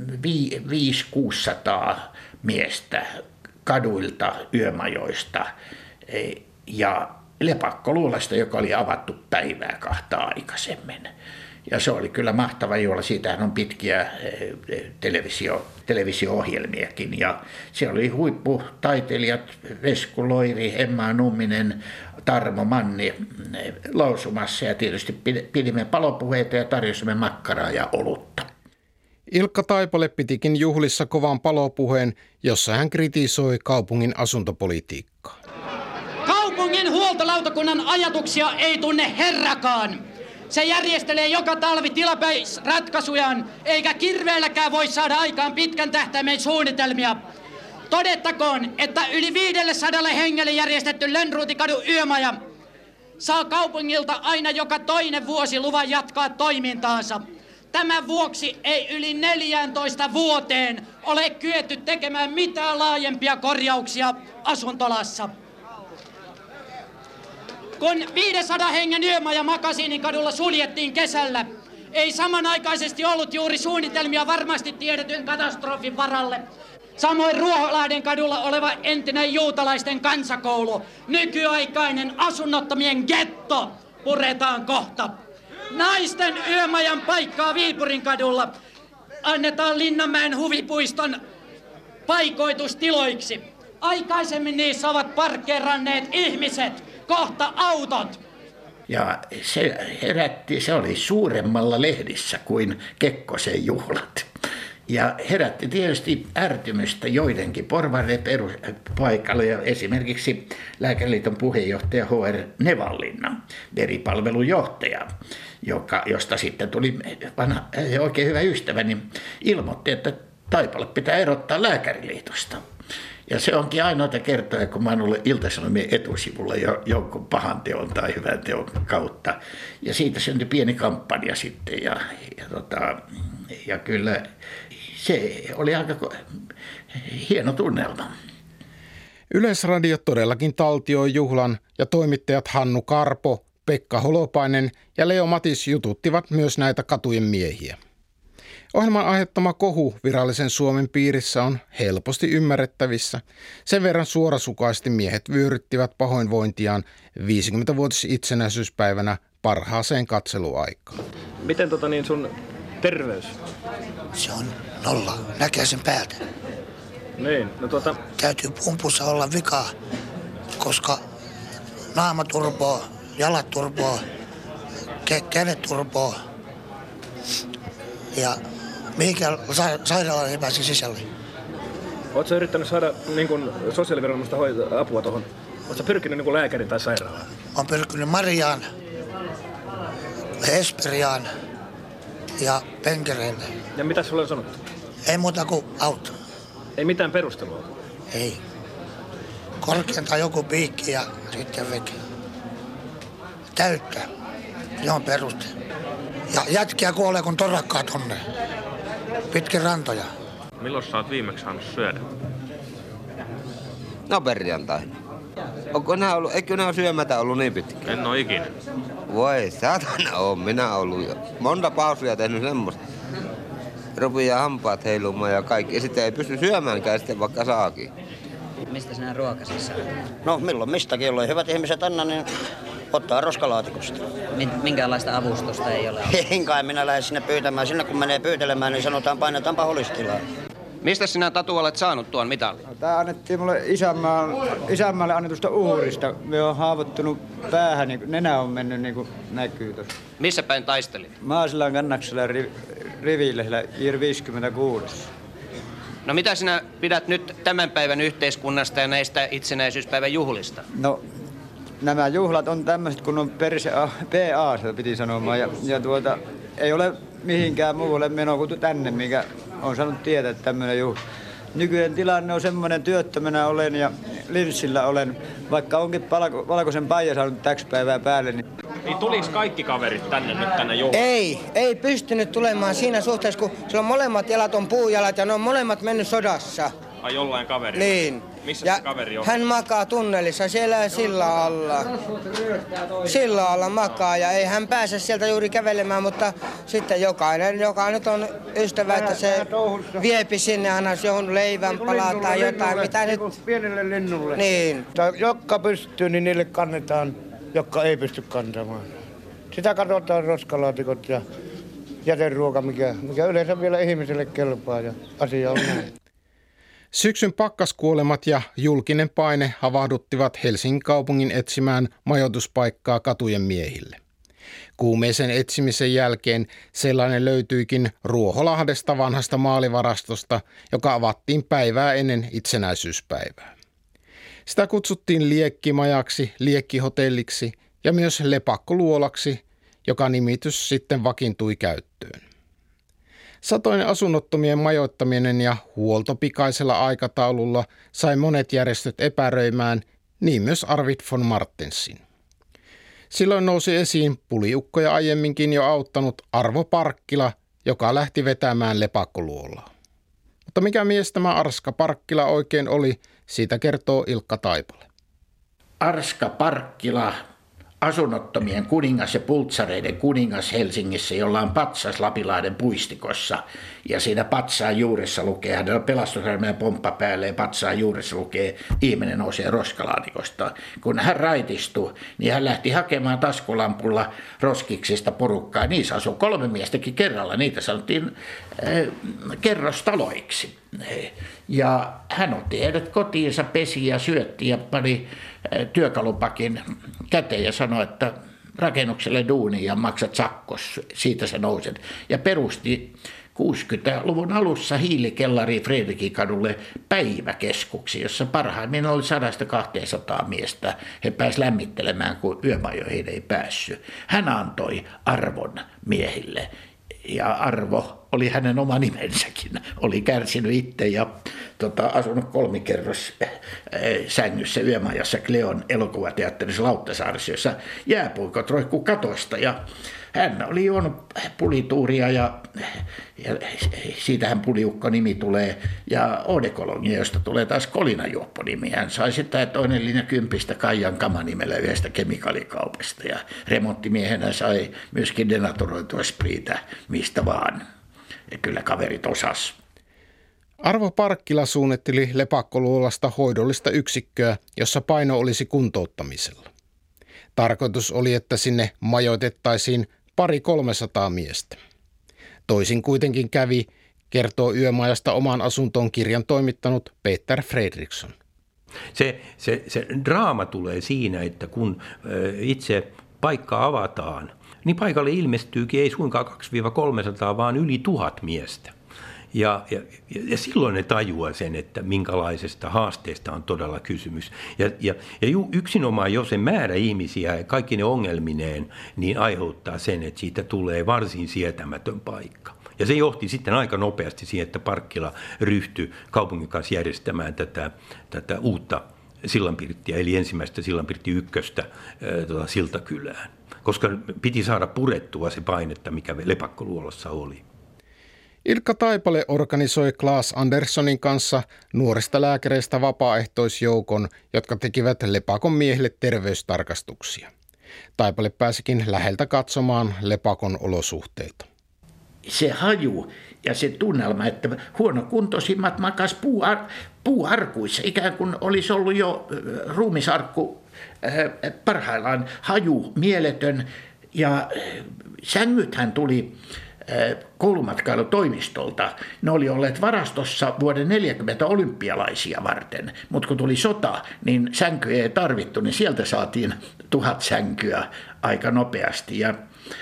[SPEAKER 4] 500-600 miestä kaduilta, yömajoista ja Lepakkoluolasta, joka oli avattu päivää 2 aikaisemmin. Ja se oli kyllä mahtava juhla. Siitähän on pitkiä televisio-ohjelmiakin. Ja siellä oli huipputaiteilijat Vesku Loiri, Emma Numminen, Tarmo Manni lausumassa. Ja tietysti pidimme palopuheita ja tarjosimme makkaraa ja olutta.
[SPEAKER 3] Ilkka Taipale pitikin juhlissa kovan palopuheen, jossa hän kritisoi kaupungin asuntopolitiikkaa.
[SPEAKER 9] Kaupungin huoltolautakunnan ajatuksia ei tunne herrakaan. Se järjestelee joka talvi tilapäisratkaisujaan, eikä kirveelläkään voi saada aikaan pitkän tähtäimen suunnitelmia. Todettakoon, että yli 500 hengelle järjestetty Lönnruutikadun yömaja saa kaupungilta aina joka toinen vuosi luvan jatkaa toimintaansa. Tämän vuoksi ei yli 14 vuoteen ole kyetty tekemään mitään laajempia korjauksia asuntolassa. Kun 500 hengen yömaja Makasiinikadulla suljettiin kesällä, ei samanaikaisesti ollut juuri suunnitelmia varmasti tiedetyn katastrofin varalle. Samoin Ruoholahden kadulla oleva entinen juutalaisten kansakoulu, nykyaikainen asunnottomien getto, puretaan kohta. Naisten yömajan paikkaa Viipurin kadulla annetaan Linnanmäen huvipuiston paikoitustiloiksi. Aikaisemmin niissä ovat parkkeeranneet ihmiset, kohta autot.
[SPEAKER 4] Ja se oli suuremmalla lehdissä kuin Kekkosen juhlat. Ja herätti tietysti ärtymystä joidenkin porvareiden paikalle, ja esimerkiksi Lääkäriliiton puheenjohtaja H.R. Nevallinna, veripalvelun johtaja, josta sitten tuli vanha, oikein hyvä ystäväni, ilmoitti, että Taipale pitää erottaa Lääkäriliitosta. Ja se onkin ainoita kertoja, kun mä oon ollut Ilta-Sanomien etusivulla jonkun pahan teon tai hyvän teon kautta. Ja siitä syntyi pieni kampanja sitten, ja kyllä se oli aika hieno tunnelma.
[SPEAKER 3] Yleisradio todellakin taltioi juhlan, ja toimittajat Hannu Karpo, Pekka Holopainen ja Leo Matis jututtivat myös näitä katujen miehiä. Ohjelman aiheuttama kohu virallisen Suomen piirissä on helposti ymmärrettävissä. Sen verran suorasukaisesti miehet vyöryttivät pahoinvointiaan 50-vuotis itsenäisyyspäivänä parhaaseen katseluaikaan.
[SPEAKER 10] Miten sun terveys?
[SPEAKER 11] Se on 0. Näkee sen päältä.
[SPEAKER 10] Niin,
[SPEAKER 11] Täytyy pumpussa olla vikaa, koska naama turpoo, jalat turpoo, kädet turpoo. Ja mihinkään sairaalaan ei pääse sisälle.
[SPEAKER 10] Oletko yrittänyt saada sosiaaliviranomaista apua tuohon? Oletko pyrkinyt lääkärin tai sairaalaan?
[SPEAKER 11] Olen pyrkinyt Mariaan, Esperiaan ja Penkereille.
[SPEAKER 10] Ja mitä sulle on sanottu?
[SPEAKER 11] Ei muuta kuin auto.
[SPEAKER 10] Ei mitään perustelua?
[SPEAKER 11] Ei. Korkeintaan joku piikki ja sitten veke. Täyttä. Se on peruste. Ja jätkiä kuolee kun torakkaa tonne. Pitkin rantoja.
[SPEAKER 10] Milloin sä oot viimeksi saanut syödä?
[SPEAKER 12] No perjantaina. Eikö nämä syömätä ollut niin pitkä?
[SPEAKER 10] En oo ikinä.
[SPEAKER 12] Voi satana oon minä ollut jo. Monta pausia tehnyt semmoista. Rupeaa hampaat heilumaan ja kaikki. Ja sitten ei pysty syömäänkään sitten vaikka saakin.
[SPEAKER 13] Mistä sinä ruokasissa?
[SPEAKER 14] No milloin mistäkin, jolloin hyvät ihmiset anna, niin ottaa roskalaatikosta.
[SPEAKER 13] Minkäänlaista avustusta ei ole?
[SPEAKER 14] En kai minä lähde sinne pyytämään. Sinne kun menee pyytelemään, niin sanotaan painetaanpa holistilaa.
[SPEAKER 10] Mistä sinä Tatu olet saanut tuon mitalin?
[SPEAKER 15] No, tää annettiin mulle isänmaalle annetusta uhurista. Me on haavoittunut päähän, niin nenä on mennyt niin kuin näkyy tuossa.
[SPEAKER 10] Missä päin taistelit?
[SPEAKER 15] Maasillan kannaksella rivillä, Jir 56.
[SPEAKER 10] No mitä sinä pidät nyt tämän päivän yhteiskunnasta ja näistä itsenäisyyspäivän juhlista?
[SPEAKER 15] No nämä juhlat on tämmöiset, kun on PA, piti sanomaan. Ja ei ole mihinkään muulle menoa kuin tänne, mikä on saanut tietää, että tämmöinen juhla. Nykyinen tilanne on semmoinen, työttömänä olen ja linssillä olen, vaikka onkin valkoisen paijan saanut täksi päivää päälle.
[SPEAKER 10] Niin tuliks kaikki kaverit tänne juhlaan?
[SPEAKER 16] Ei pystynyt tulemaan siinä suhteessa, kun sillä on molemmat jalat on puujalat ja ne on molemmat mennyt sodassa.
[SPEAKER 10] Ai jollain kaveri?
[SPEAKER 16] Niin.
[SPEAKER 10] Missä
[SPEAKER 16] ja
[SPEAKER 10] se kaveri on?
[SPEAKER 16] Hän makaa tunnelissa siellä sillä alla. Sillä alla makaa ja ei hän pääse sieltä juuri kävelemään, mutta sitten jokainen, joka nyt on ystävä, että se viepi sinne aina johon leivän palaa tai jotain, mitä nyt...
[SPEAKER 17] Pienelle linnulle.
[SPEAKER 16] Niin.
[SPEAKER 17] Jotka pystyy, niin niille kannetaan, jotka ei pysty kantamaan. Sitä katsotaan roskalaatikot ja jäteruoka, mikä yleensä vielä ihmiselle kelpaa ja asia on näin.
[SPEAKER 3] Syksyn pakkaskuolemat ja julkinen paine havahduttivat Helsingin kaupungin etsimään majoituspaikkaa katujen miehille. Kuumeisen etsimisen jälkeen sellainen löytyikin Ruoholahdesta vanhasta maalivarastosta, joka avattiin päivää ennen itsenäisyyspäivää. Sitä kutsuttiin liekkimajaksi, liekkihotelliksi ja myös lepakkoluolaksi, joka nimitys sitten vakiintui käyttöön. Satojen asunnottomien majoittaminen ja huolto pikaisella aikataululla sai monet järjestöt epäröimään, niin myös Arvid von Martensin. Silloin nousi esiin puliukkoja aiemminkin jo auttanut Arvo Parkkila, joka lähti vetämään lepakkoluolaa. Mutta mikä mies tämä Arska Parkkila oikein oli, siitä kertoo Ilkka Taipale.
[SPEAKER 4] Arska Parkkila, asunnottomien kuningas ja pultsareiden kuningas Helsingissä, jolla on patsas Lapinlahden puistikossa. Ja siinä patsaan juuressa lukee, hänellä on pelastusarmeijan pomppa päälle ja patsaan juuressa lukee, ihminen nousee roskalaatikosta. Kun hän raitistui, niin hän lähti hakemaan taskulampulla roskiksista porukkaa. Niissä asui 3 miestäkin kerralla, niitä sanottiin kerrostaloiksi. Ja hän otti heidät kotiinsa, pesi ja syötti ja pani työkalupakin käteen ja sanoi, että rakennukselle duuni ja maksat sakkos, siitä sä nouset. Ja perusti 60-luvun alussa hiilikellari Fredrikin kadulle päiväkeskuksi, jossa parhaimmin oli 100-200 miestä. He pääsivät lämmittelemään, kun yömajoihin ei päässyt. Hän antoi arvon miehille. Ja Arvo oli hänen oma nimensäkin. Oli kärsinyt itse ja asunut 3-kerros sängyssä yömajassa Kleon elokuvateatterissa Lauttasaaressa, jossa jääpuikot roikkuu katosta. Ja hän oli juonut pulituuria ja siitähän puliukko nimi tulee. Ja odekologia, josta tulee taas kolinajuoppo nimi. Hän sai sitä 2 linja 10 Kaijan kamanimellä yhdestä kemikaalikaupasta. Ja remonttimiehenä sai myöskin denaturoitua spriitä mistä vaan. Ja kyllä kaverit osas.
[SPEAKER 3] Arvo Parkkila suunnitteli lepakkoluolasta hoidollista yksikköä, jossa paino olisi kuntouttamisella. Tarkoitus oli, että sinne majoitettaisiin 200-300 miestä. Toisin kuitenkin kävi, kertoo yömajasta omaan asuntoon kirjan toimittanut Peter Fredriksson.
[SPEAKER 1] Se draama tulee siinä, että kun itse paikka avataan, niin paikalle ilmestyykin ei suinkaan 200-300, vaan yli 1000 miestä. Ja silloin ne tajuaa sen, että minkälaisesta haasteesta on todella kysymys. Ja yksinomaan jo se määrä ihmisiä, kaikki ne ongelmineen, niin aiheuttaa sen, että siitä tulee varsin sietämätön paikka. Ja se johti sitten aika nopeasti siihen, että Parkkila ryhtyi kaupungin kanssa järjestämään tätä uutta sillanpirttiä, eli ensimmäistä sillanpirtti 1 Siltakylään. Koska piti saada purettua se painetta, mikä lepakkoluolassa oli.
[SPEAKER 3] Ilkka Taipale organisoi Claes Anderssonin kanssa nuorista lääkäreistä vapaaehtoisjoukon, jotka tekivät lepakon miehille terveystarkastuksia. Taipale pääsikin läheltä katsomaan lepakon olosuhteita.
[SPEAKER 4] Se haju ja se tunnelma, että huonokuntoisimmat makas puuarkuissa, ikään kuin olisi ollut jo ruumisarkku parhaillaan, haju mieletön. Ja sängythän tuli koulumatkailutoimistolta. Ne oli olleet varastossa vuoden 40 olympialaisia varten, mutta kun tuli sota, niin sänkyjä ei tarvittu, niin sieltä saatiin 1000 sänkyä aika nopeasti. Ja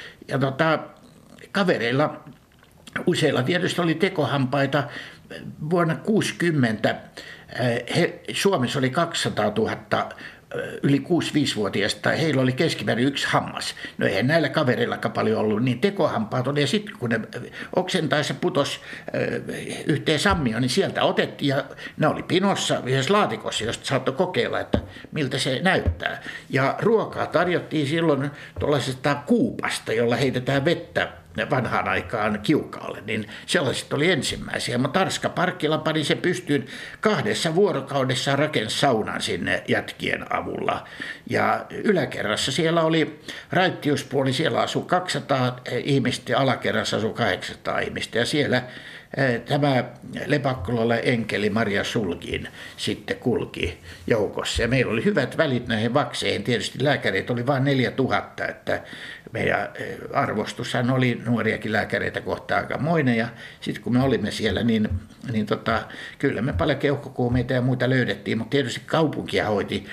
[SPEAKER 4] kavereilla useilla tietysti oli tekohampaita. Vuonna 60 Suomessa oli 200 000 yli 6-5-vuotiaista, heillä oli keskimäärin 1 hammas. No eihän näillä kavereillakaan paljon ollut, niin tekohampaat oli. Ja sitten kun ne oksentaessa putosi yhteen sammioon, niin sieltä otettiin ja ne oli pinossa yhdessä laatikossa, josta saattoi kokeilla, että miltä se näyttää. Ja ruokaa tarjottiin silloin tuollaisesta kuupasta, jolla heitetään vettä vanhaan aikaan kiukaalle, niin sellaiset oli ensimmäisiä. Mutta Arska Parkkila pani se pystyyn 2 vuorokaudessa, rakensi saunan sinne jätkien avulla. Ja yläkerrassa siellä oli raittiuspuoli, siellä asui 200 ihmistä ja alakerrassa asui 800 ihmistä. Ja siellä tämä lepakkoluola enkeli Maria Sulkin sitten kulki joukossa. Ja meillä oli hyvät välit näihin vakseihin. Tietysti lääkäreitä oli vain 4000, että meidän arvostushan oli nuoriakin lääkäreitä kohtaan aikamoinen. Ja sitten kun me olimme siellä, niin kyllä me paljon keuhkokuumeita ja muita löydettiin, mutta tietysti kaupunkia hoiti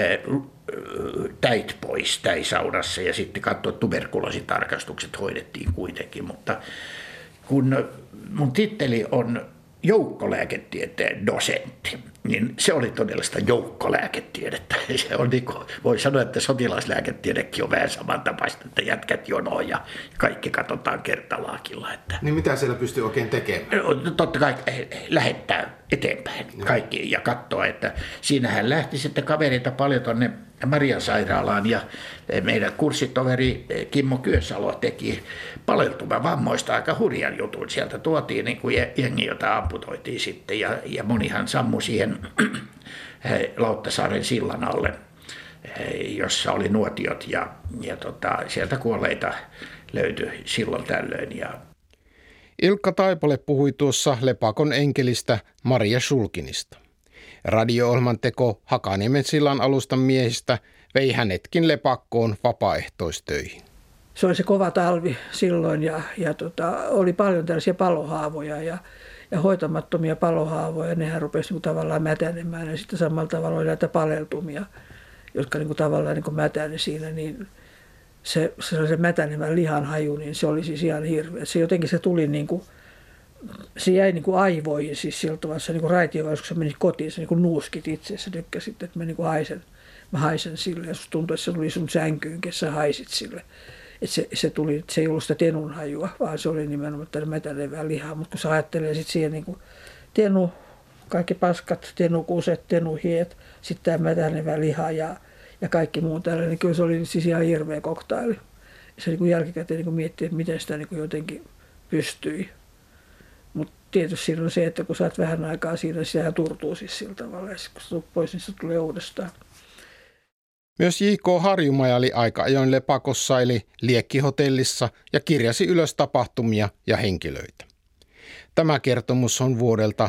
[SPEAKER 4] täit pois täisaunassa ja sitten katsoa tuberkuloositarkastukset hoidettiin kuitenkin, mutta kun mun titteli on joukkolääketieteen dosentti, niin se oli todellista joukkolääketiedettä. Se on niin kuin, voi sanoa, että sotilaslääketiedekin on vähän samantapaista, että jätkät jonoa ja kaikki katsotaan kertalaakilla. Että
[SPEAKER 3] niin mitä siellä pystyy oikein tekemään?
[SPEAKER 4] Totta kai lähettää eteenpäin kaikki ja katsoa, että siinähän lähti sitten kavereita paljon tuonne Marian sairaalaan ja meidän kurssitoveri Kimmo Kyösalo teki paleltumavammoista aika hurjan jutun. Sieltä tuotiin niin kuin jengi, jota amputoitiin sitten ja monihan sammui siihen Lauttasaaren sillan alle, jossa oli nuotiot ja sieltä kuolleita löytyi silloin tällöin.
[SPEAKER 3] Ilkka Taipale puhui tuossa Lepakon enkelistä Maria Shulkinista. Radio-ohjelman teko Hakaniemen sillan alustan miehistä vei hänetkin Lepakkoon vapaaehtoistöihin.
[SPEAKER 5] Se oli se kova talvi silloin ja oli paljon tällaisia palohaavoja ja hoitamattomia palohaavoja. Nehän rupesi niin tavallaan mätänemään ja sitten samalla tavalla oli näitä paleltumia, jotka niin tavallaan niin mätäne siinä. Niin se mätänevän lihan haju, niin se oli siis ihan hirveä. Se jotenkin se tuli niin kuin, se jäi niin kuin aivoihin siis sillä tavalla, se niin kuin raitiovaiheessa, kun sä menit kotiin, sä niin kuin nuuskit itse, sä tykkäsit, että mä haisen sille ja susta tuntui, että se tuli sun sänkyynkin, sä haisit sille. Että se ei ollut sitä tenun hajua, vaan se oli nimenomaan tällä mätänevää lihaa, mutta kun sä ajattelee sitten siihen niin kuin tenu, kaikki paskat, tenukuset, tenuhiet, sitten tämä mätänevä liha ja kaikki muu tällainen, niin kyllä se oli siis ihan hirveä koktaili. Se niin kuin jälkikäteen niin kuin miettii, että miten sitä niin kuin jotenkin pystyi. Mutta tietysti siinä on se, että kun sä oot vähän aikaa siinä, niin sehän turtuu siis sillä tavalla. Ja kun sä tulet pois, niin se tulee uudestaan.
[SPEAKER 3] Myös J.K. Harjumaja aika ajoin Lepakossa eli Liekkihotellissa ja kirjasi ylös tapahtumia ja henkilöitä. Tämä kertomus on vuodelta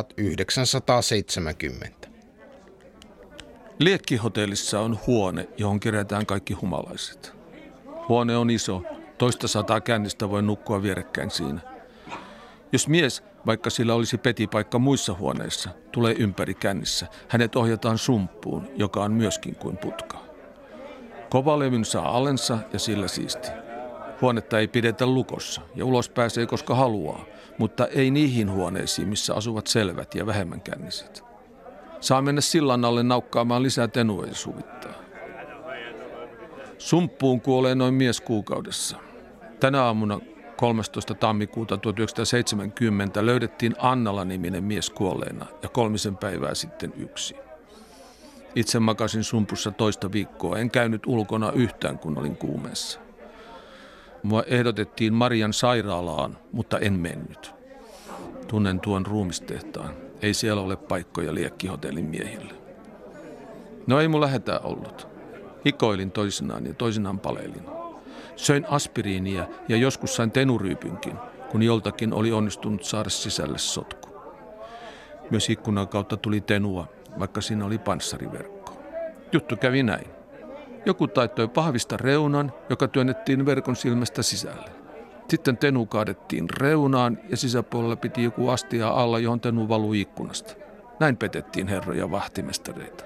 [SPEAKER 3] 1970.
[SPEAKER 2] Liekkihotellissa on huone, johon kerätään kaikki humalaiset. Huone on iso, 200 kännistä voi nukkua vierekkäin siinä. Jos mies, vaikka sillä olisi petipaikka muissa huoneissa, tulee ympäri kännissä, hänet ohjataan sumppuun, joka on myöskin kuin putka. Kovalevyn saa allensa ja sillä siisti. Huonetta ei pidetä lukossa ja ulos pääsee koska haluaa, mutta ei niihin huoneisiin, missä asuvat selvät ja vähemmän känniset. Saa mennä sillan alle naukkaamaan lisää tenua ja suvittaa. Sumppuun kuolee noin mies kuukaudessa. Tänä aamuna 13. tammikuuta 1970 löydettiin Annala-niminen mies kuolleena ja 3 päivää sitten yksi. Itse makasin sumpussa 2 viikkoa, en käynyt ulkona yhtään kun olin kuumeessa. Mua ehdotettiin Marian sairaalaan, mutta en mennyt. Tunnen tuon ruumistehtaan. Ei siellä ole paikkoja Liekkihotellin miehille. No ei mulla hätää ollut. Hikoilin toisinaan ja toisinaan paleilin. Söin aspiriinia ja joskus sain tenuryypynkin, kun joltakin oli onnistunut saada sisälle sotku. Myös ikkunan kautta tuli tenua, vaikka siinä oli panssariverkko. Juttu kävi näin. Joku taittoi pahvista reunan, joka työnnettiin verkon silmästä sisälle. Sitten tenu kaadettiin reunaan ja sisäpuolella piti joku astia alla, johon tenu valui ikkunasta. Näin petettiin herroja vahtimestareita.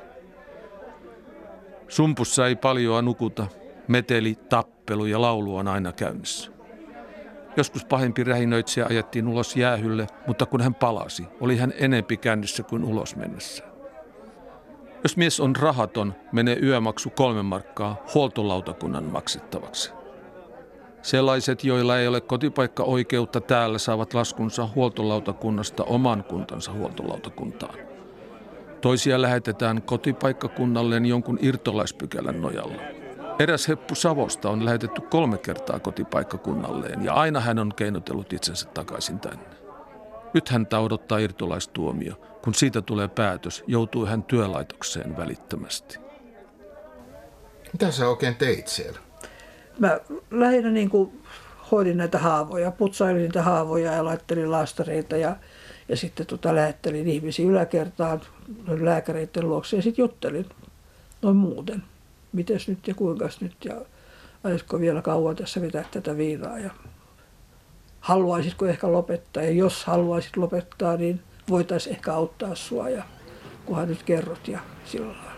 [SPEAKER 2] Sumpussa ei paljoa nukuta. Meteli, tappelu ja laulu on aina käynnissä. Joskus pahempi rähinöitsijä ajettiin ulos jäähylle, mutta kun hän palasi, oli hän enempi kännissä kuin ulos mennessä. Jos mies on rahaton, menee yömaksu 3 markkaa huoltolautakunnan maksettavaksi. Sellaiset, joilla ei ole kotipaikkaoikeutta täällä, saavat laskunsa huoltolautakunnasta oman kuntansa huoltolautakuntaan. Toisia lähetetään kotipaikkakunnalleen jonkun irtolaispykälän nojalla. Eräs heppu Savosta on lähetetty 3 kertaa kotipaikkakunnalleen ja aina hän on keinotellut itsensä takaisin tänne. Nyt häntä odottaa irtolaistuomio. Kun siitä tulee päätös, joutuu hän työlaitokseen välittömästi.
[SPEAKER 3] Mitä sä oikein teit siellä?
[SPEAKER 5] Mä lähinnä niin kuin hoidin näitä haavoja, putsailin niitä haavoja ja laittelin laastareita ja sitten lähettelin ihmisiä yläkertaan lääkäreiden luokse ja sitten juttelin noin muuten. Mites nyt ja kuinkas nyt ja aisiko vielä kauan tässä vetää tätä viinaa ja haluaisitko ehkä lopettaa ja jos haluaisit lopettaa, niin voitaisiin ehkä auttaa sua ja kunhan nyt kerrot ja sillä lailla.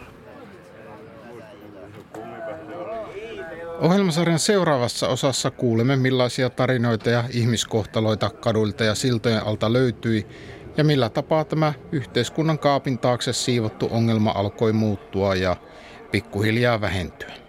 [SPEAKER 3] Ohjelmasarjan seuraavassa osassa kuulemme millaisia tarinoita ja ihmiskohtaloita kaduilta ja siltojen alta löytyi ja millä tapaa tämä yhteiskunnan kaapin taakse siivottu ongelma alkoi muuttua ja pikkuhiljaa vähentyä.